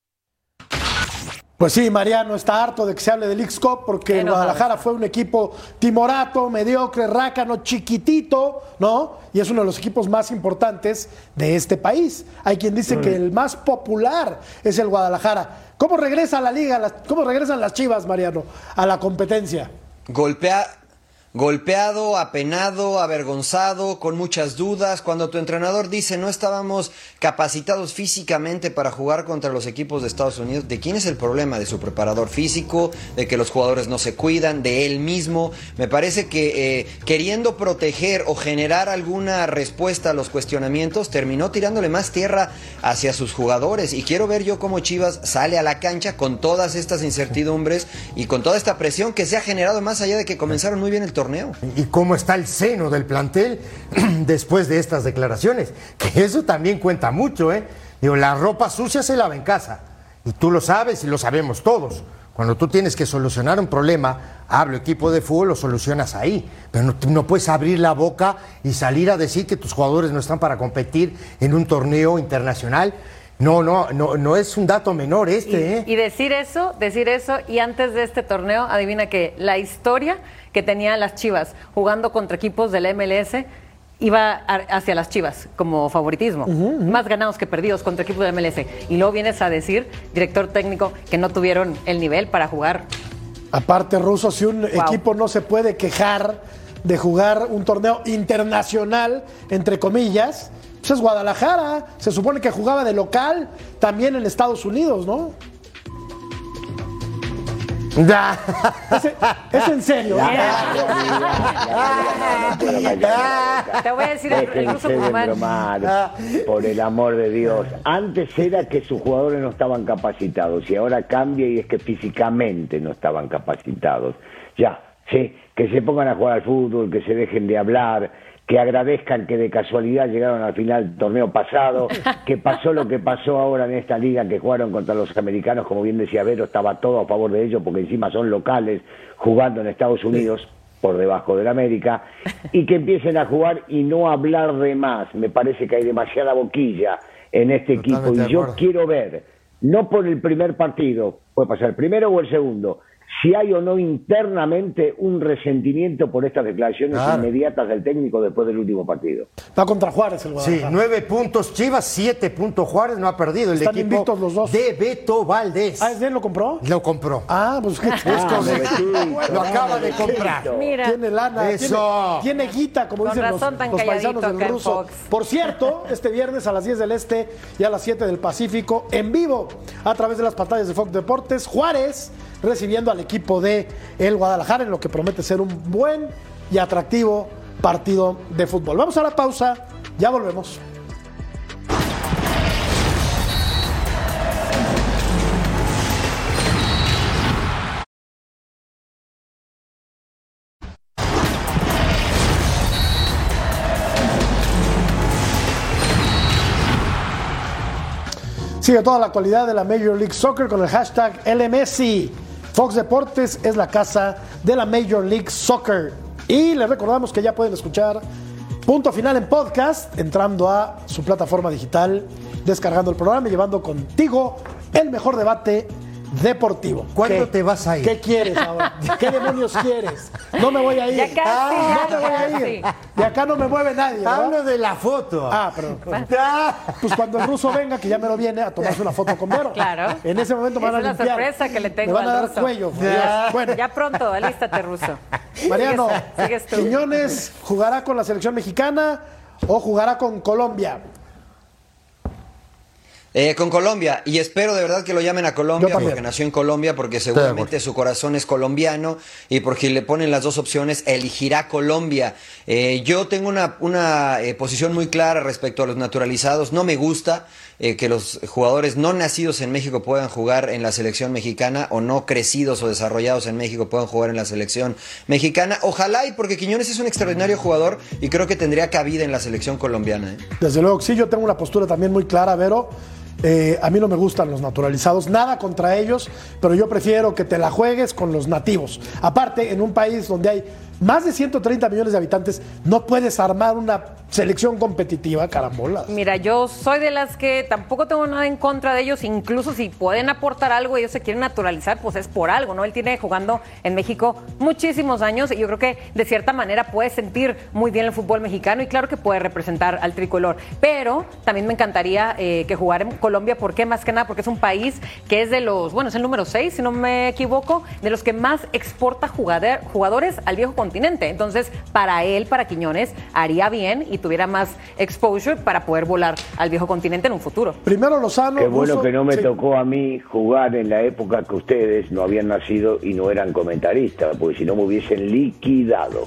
Pues sí, Mariano está harto de que se hable de Leagues Cup porque Guadalajara fue un equipo timorato, mediocre, rácano, chiquitito, ¿no? Y es uno de los equipos más importantes de este país. Hay quien dice que el más popular es el Guadalajara. ¿Cómo regresa la liga, cómo regresan las Chivas, Mariano, a la competencia? golpeado, apenado, avergonzado, con muchas dudas. Cuando tu entrenador dice no estábamos capacitados físicamente para jugar contra los equipos de Estados Unidos, ¿de quién es el problema? ¿De su preparador físico? ¿De que los jugadores no se cuidan? ¿De él mismo? Me parece que queriendo proteger o generar alguna respuesta a los cuestionamientos, terminó tirándole más tierra hacia sus jugadores. Y quiero ver yo cómo Chivas sale a la cancha con todas estas incertidumbres y con toda esta presión que se ha generado más allá de que comenzaron muy bien el torneo. ¿Y cómo está el seno del plantel después de estas declaraciones? Que eso también cuenta mucho, ¿eh? Digo, la ropa sucia se lava en casa. Y tú lo sabes y lo sabemos todos. Cuando tú tienes que solucionar un problema, hablo equipo de fútbol, lo solucionas ahí. Pero no puedes abrir la boca y salir a decir que tus jugadores no están para competir en un torneo internacional. No es un dato menor ¿eh? Y decir eso, y antes de este torneo, adivina que la historia que tenían las Chivas jugando contra equipos del MLS iba hacia las Chivas como favoritismo. Más ganados que perdidos contra equipos del MLS. Y luego vienes a decir, director técnico, que no tuvieron el nivel para jugar. Aparte, Russo, si un equipo no se puede quejar de jugar un torneo internacional, entre comillas, pues es Guadalajara. Se supone que jugaba de local también en Estados Unidos, ¿no? Es en serio. Te voy a decir incluso por el amor de Dios. Antes era que sus jugadores no estaban capacitados y ahora cambia y es que físicamente no estaban capacitados. Ya, sí, que se pongan a jugar al fútbol, que se dejen de hablar, que agradezcan que de casualidad llegaron al final del torneo pasado, que pasó lo que pasó ahora en esta liga, que jugaron contra los americanos, como bien decía Vero, estaba todo a favor de ellos, porque encima son locales, jugando en Estados Unidos, por debajo del América, y que empiecen a jugar y no hablar de más. Me parece que hay demasiada boquilla en este equipo, y yo quiero ver, no por el primer partido, puede pasar el primero o el segundo, si hay o no internamente un resentimiento por estas declaraciones inmediatas del técnico después del último partido. Va contra Juárez el Guadalajara. Sí, 9 puntos Chivas, 7 puntos Juárez, no ha perdido. Están invictos los dos. De Beto Valdés. ¿Es de él lo compró? Lo compró. Pues es correcto. Lo acaba de comprar. Mira. Tiene lana, tiene guita, como dicen los paisanos del Ruso. Por cierto, este viernes a las 10 del Este y a las 7 del Pacífico, en vivo, a través de las pantallas de Fox Deportes, Juárez recibiendo al equipo de el Guadalajara en lo que promete ser un buen y atractivo partido de fútbol. Vamos a la pausa, ya volvemos. Sigue toda la actualidad de la Major League Soccer con el hashtag LMSI. Fox Deportes es la casa de la Major League Soccer. Y les recordamos que ya pueden escuchar Punto Final en podcast, entrando a su plataforma digital, descargando el programa y llevando contigo el mejor debate deportivo. ¿Cuándo te vas a ir? ¿Qué quieres ahora? ¿Qué demonios quieres? No me voy a ir. Ya casi, no me voy a ir. De acá no me mueve nadie, ¿verdad? Hablo de la foto. Pero pues cuando el Ruso venga, que ya me lo viene, a tomarse una foto con Vero. Claro. En ese momento me van a limpiar. Es la sorpresa que le tengo me van a al dar Ruso. cuello. Bueno. Ya pronto, alístate, Ruso. Mariano, sigues tú. Quiñones, ¿jugará con la selección mexicana o jugará con Colombia? Con Colombia, y espero de verdad que lo llamen a Colombia porque nació en Colombia, porque seguramente su corazón es colombiano y porque le ponen las dos opciones, elegirá Colombia. Yo tengo una posición muy clara respecto a los naturalizados. No me gusta que los jugadores no nacidos en México puedan jugar en la selección mexicana, o no crecidos o desarrollados en México puedan jugar en la selección mexicana. Ojalá, y porque Quiñones es un extraordinario jugador y creo que tendría cabida en la selección colombiana. Desde luego, sí, yo tengo una postura también muy clara, Vero. A mí no me gustan los naturalizados, nada contra ellos, pero yo prefiero que te la juegues con los nativos. Aparte, en un país donde hay más de 130 millones de habitantes, no puedes armar una selección competitiva, carambolas. Mira, yo soy de las que tampoco tengo nada en contra de ellos, incluso si pueden aportar algo y ellos se quieren naturalizar, pues es por algo, ¿no? Él tiene jugando en México muchísimos años y yo creo que de cierta manera puede sentir muy bien el fútbol mexicano y claro que puede representar al tricolor, pero también me encantaría que jugara con Colombia. ¿Por qué? Más que nada porque es un país que es de los, bueno, es el número 6, si no me equivoco, de los que más exporta jugadores al viejo continente. Entonces, para él, para Quiñones, haría bien y tuviera más exposure para poder volar al viejo continente en un futuro. Primero Lozano. Qué bueno Russo, que no me sí. tocó a mí jugar en la época que ustedes no habían nacido y no eran comentaristas, porque si no me hubiesen liquidado.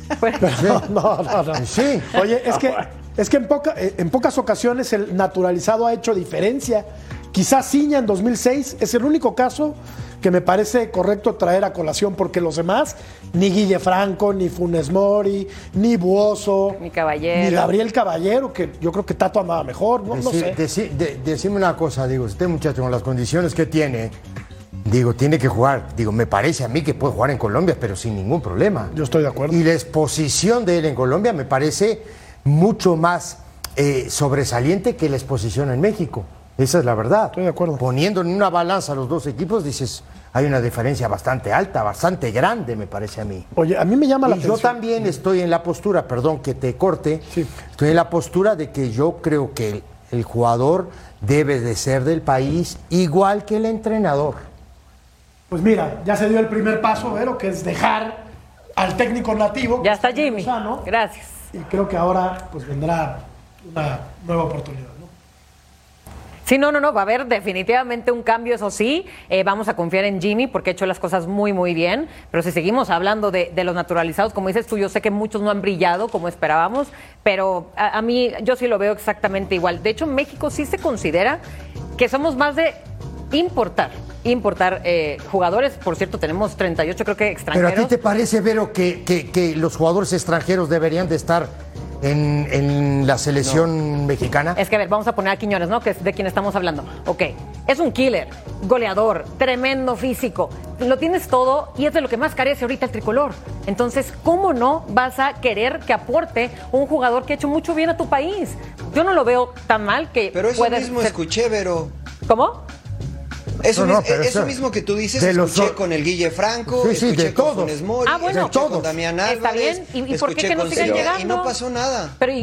No. Sí. Oye, es que en pocas ocasiones el naturalizado ha hecho diferencia. Quizás Ciña en 2006 es el único caso que me parece correcto traer a colación, porque los demás, ni Guille Franco, ni Funes Mori, ni Buoso, ni Caballero, ni Gabriel Caballero, que yo creo que Tato andaba mejor, no sé. Decime una cosa, digo, este muchacho con las condiciones que tiene, digo, tiene que jugar. Digo, me parece a mí que puede jugar en Colombia, pero sin ningún problema. Yo estoy de acuerdo. Y la exposición de él en Colombia me parece mucho más sobresaliente que la exposición en México. Esa es la verdad. Estoy de acuerdo. Poniendo en una balanza los dos equipos, dices, hay una diferencia bastante alta, bastante grande, me parece a mí. Oye, a mí me llama la atención. Yo también estoy en la postura, perdón que te corte, sí. Estoy en la postura de que yo creo que el jugador debe de ser del país igual que el entrenador. Pues mira, ya se dio el primer paso, Vero, que es dejar al técnico nativo. Ya está Jimmy. Lozano, gracias. Y creo que ahora pues vendrá una nueva oportunidad, ¿no? Sí, no, va a haber definitivamente un cambio, eso sí. Vamos a confiar en Jimmy porque ha hecho las cosas muy, muy bien. Pero si seguimos hablando de los naturalizados, como dices tú, yo sé que muchos no han brillado como esperábamos, pero a mí yo sí lo veo exactamente igual. De hecho, México sí se considera que somos más de importar jugadores. Por cierto, tenemos 38 creo que extranjeros. ¿Pero a ti te parece, Vero, que los jugadores extranjeros deberían de estar en la selección mexicana? Es que, a ver, vamos a poner a Quiñones, ¿no? Que es de quien estamos hablando. Ok, es un killer, goleador, tremendo físico, lo tienes todo y es de lo que más carece ahorita el tricolor. Entonces, ¿cómo no vas a querer que aporte un jugador que ha hecho mucho bien a tu país? Yo no lo veo tan mal que Pero eso mismo escuché, Vero. ¿Cómo? Eso mismo que tú dices, escuché con el Guille Franco, escuché con Funes Mori, escuché con Damián Álvarez, está bien. ¿Y por qué que no siguen llegando? Y no pasó nada. Pero,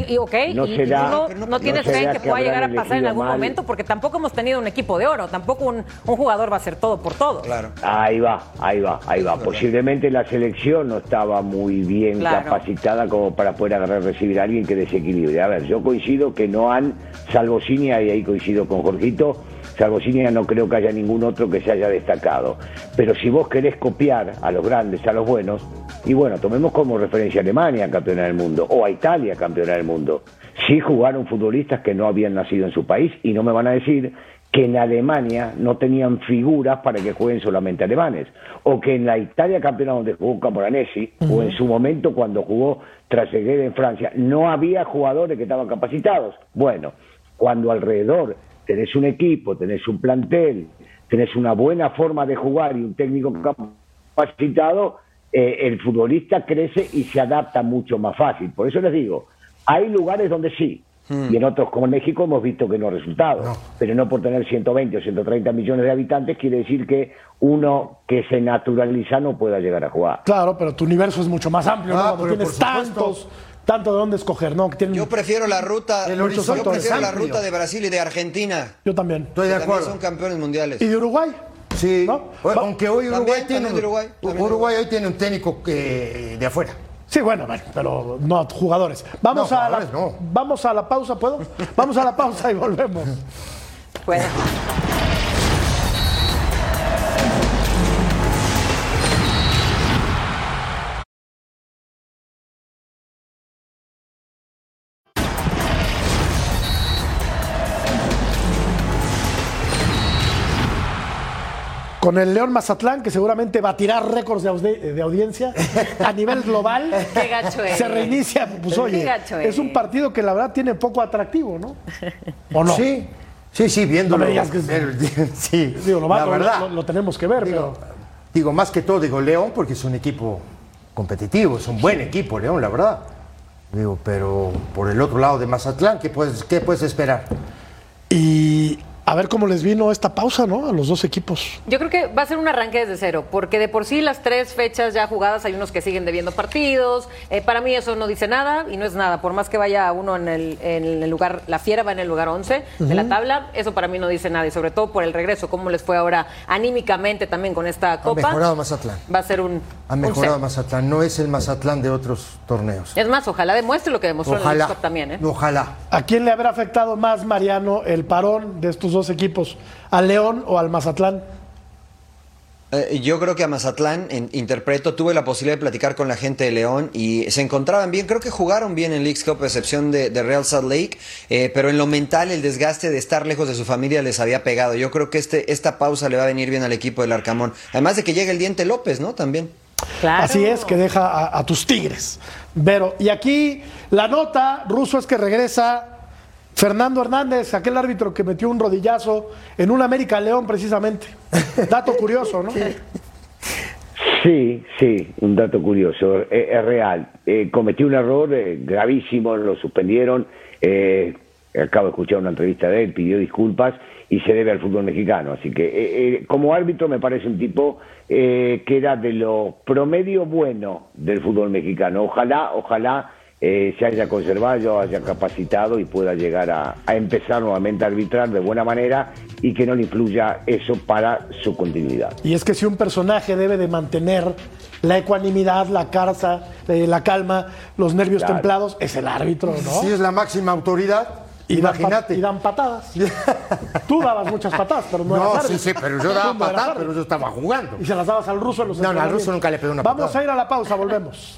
no tienes fe en que pueda llegar a pasar en algún momento, porque tampoco hemos tenido un equipo de oro, tampoco un jugador va a ser todo por todo. Claro. Ahí va. Posiblemente la selección no estaba muy bien capacitada como para poder agarrar, recibir a alguien que desequilibre. A ver, yo coincido que no han, salvo Ciña, y ahí coincido con Jorgito, salvo Ciña, no creo que haya ningún otro que se haya destacado. Pero si vos querés copiar a los grandes, a los buenos, y bueno, tomemos como referencia a Alemania, campeona del mundo, o a Italia, campeona del mundo. Sí jugaron futbolistas que no habían nacido en su país, y no me van a decir que en Alemania no tenían figuras para que jueguen solamente alemanes, o que en la Italia campeona donde jugó Camoranesi, o en su momento cuando jugó Trezeguet en Francia, no había jugadores que estaban capacitados. Bueno, cuando alrededor tenés un equipo, tenés un plantel, tenés una buena forma de jugar y un técnico capacitado, el futbolista crece y se adapta mucho más fácil. Por eso les digo, hay lugares donde sí, y en otros como México hemos visto que no ha resultado, pero no por tener 120 o 130 millones de habitantes quiere decir que uno que se naturaliza no pueda llegar a jugar. Claro, pero tu universo es mucho más amplio, ¿no? Cuando tienes tanto de dónde escoger, ¿no? Yo prefiero la ruta, de Brasil y de Argentina. Yo también. Estoy de acuerdo. Son campeones mundiales. ¿Y de Uruguay? Sí, ¿no? Aunque hoy Uruguay Uruguay hoy tiene un técnico de afuera. Sí, bueno, pero no jugadores. Vamos a la pausa, ¿puedo? Vamos a la pausa y volvemos. Bueno. Con el León Mazatlán, que seguramente batirá récords de audiencia a nivel global. Qué gacho es. Se reinicia, pues oye, es un partido que la verdad tiene poco atractivo, ¿no? ¿O no? Sí, viéndolo. No me digas que sí, digo, la verdad lo tenemos que ver. Digo, más que todo, León, porque es un equipo competitivo, es un buen equipo, León, la verdad. Digo, pero por el otro lado de Mazatlán, ¿qué puedes esperar? Y a ver cómo les vino esta pausa, ¿no? A los dos equipos. Yo creo que va a ser un arranque desde cero, porque de por sí las 3 fechas ya jugadas hay unos que siguen debiendo partidos. Para mí eso no dice nada y no es nada. Por más que vaya uno en el lugar, la Fiera va en el lugar 11 de la tabla, eso para mí no dice nada. Y sobre todo por el regreso, cómo les fue ahora anímicamente también con esta Copa. Ha mejorado Mazatlán. Va a ser Ha mejorado Mazatlán. No es el Mazatlán de otros torneos. Es más, ojalá demuestre lo que demostró en el Leagues Cup también, ¿eh? Ojalá. ¿A quién le habrá afectado más, Mariano, el parón de estos dos equipos? ¿Al León o al Mazatlán? Yo creo que a Mazatlán, interpreto, tuve la posibilidad de platicar con la gente de León y se encontraban bien, creo que jugaron bien en Leagues Cup, a excepción de Real Salt Lake, pero en lo mental el desgaste de estar lejos de su familia les había pegado. Yo creo que esta pausa le va a venir bien al equipo del Arcamón, además de que llega el Diente López, ¿no? También. Claro. Así es, que deja a tus Tigres. Pero, y aquí la nota, Ruso, es que regresa Fernando Hernández, aquel árbitro que metió un rodillazo en un América León precisamente. Dato curioso, ¿no? Sí, un dato curioso, es real. Cometió un error gravísimo, lo suspendieron. Acabo de escuchar una entrevista de él, pidió disculpas y se debe al fútbol mexicano. Así que como árbitro me parece un tipo que era de lo promedio bueno del fútbol mexicano. Ojalá se haya conservado, haya capacitado y pueda llegar a empezar nuevamente a arbitrar de buena manera y que no le influya eso para su continuidad. Y es que si un personaje debe de mantener la ecuanimidad, la calma, los nervios templados, es el árbitro, ¿no? Sí, es la máxima autoridad. Imagínate. Y dan patadas. Tú dabas muchas patadas, pero no eras árbitro. Sí, pero yo daba patadas, pero yo estaba jugando. Y se las dabas al Ruso en los No, al Ruso nunca le pegó una patada. Vamos a ir a la pausa, volvemos.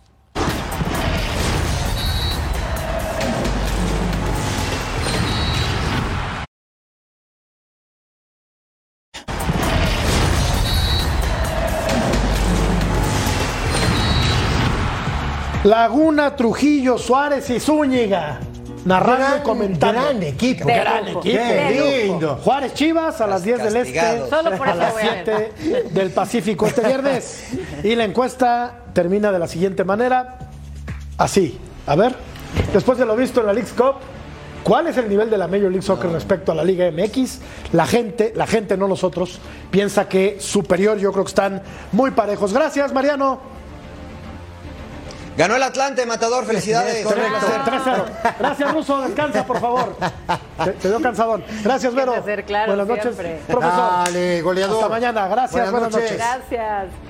Laguna, Trujillo, Suárez y Zúñiga. Narrando y comentando. Gran equipo. Gran equipo. Qué lindo. Juárez Chivas a las 10 del Este, Solo por a eso las voy a ver. 7 del Pacífico este viernes. Y la encuesta termina de la siguiente manera. Así. A ver, después de lo visto en la Leagues Cup, ¿cuál es el nivel de la Major League Soccer respecto a la Liga MX? La gente, no nosotros, piensa que superior. Yo creo que están muy parejos. Gracias, Mariano. Ganó el Atlante, Matador, felicidades. 3-0. Gracias, Ruso, descansa, por favor. Te dio cansadón. Gracias, Vero. Claro, buenas noches, siempre. profesor. Dale, goleador. Hasta mañana. Gracias, buenas noches. Gracias.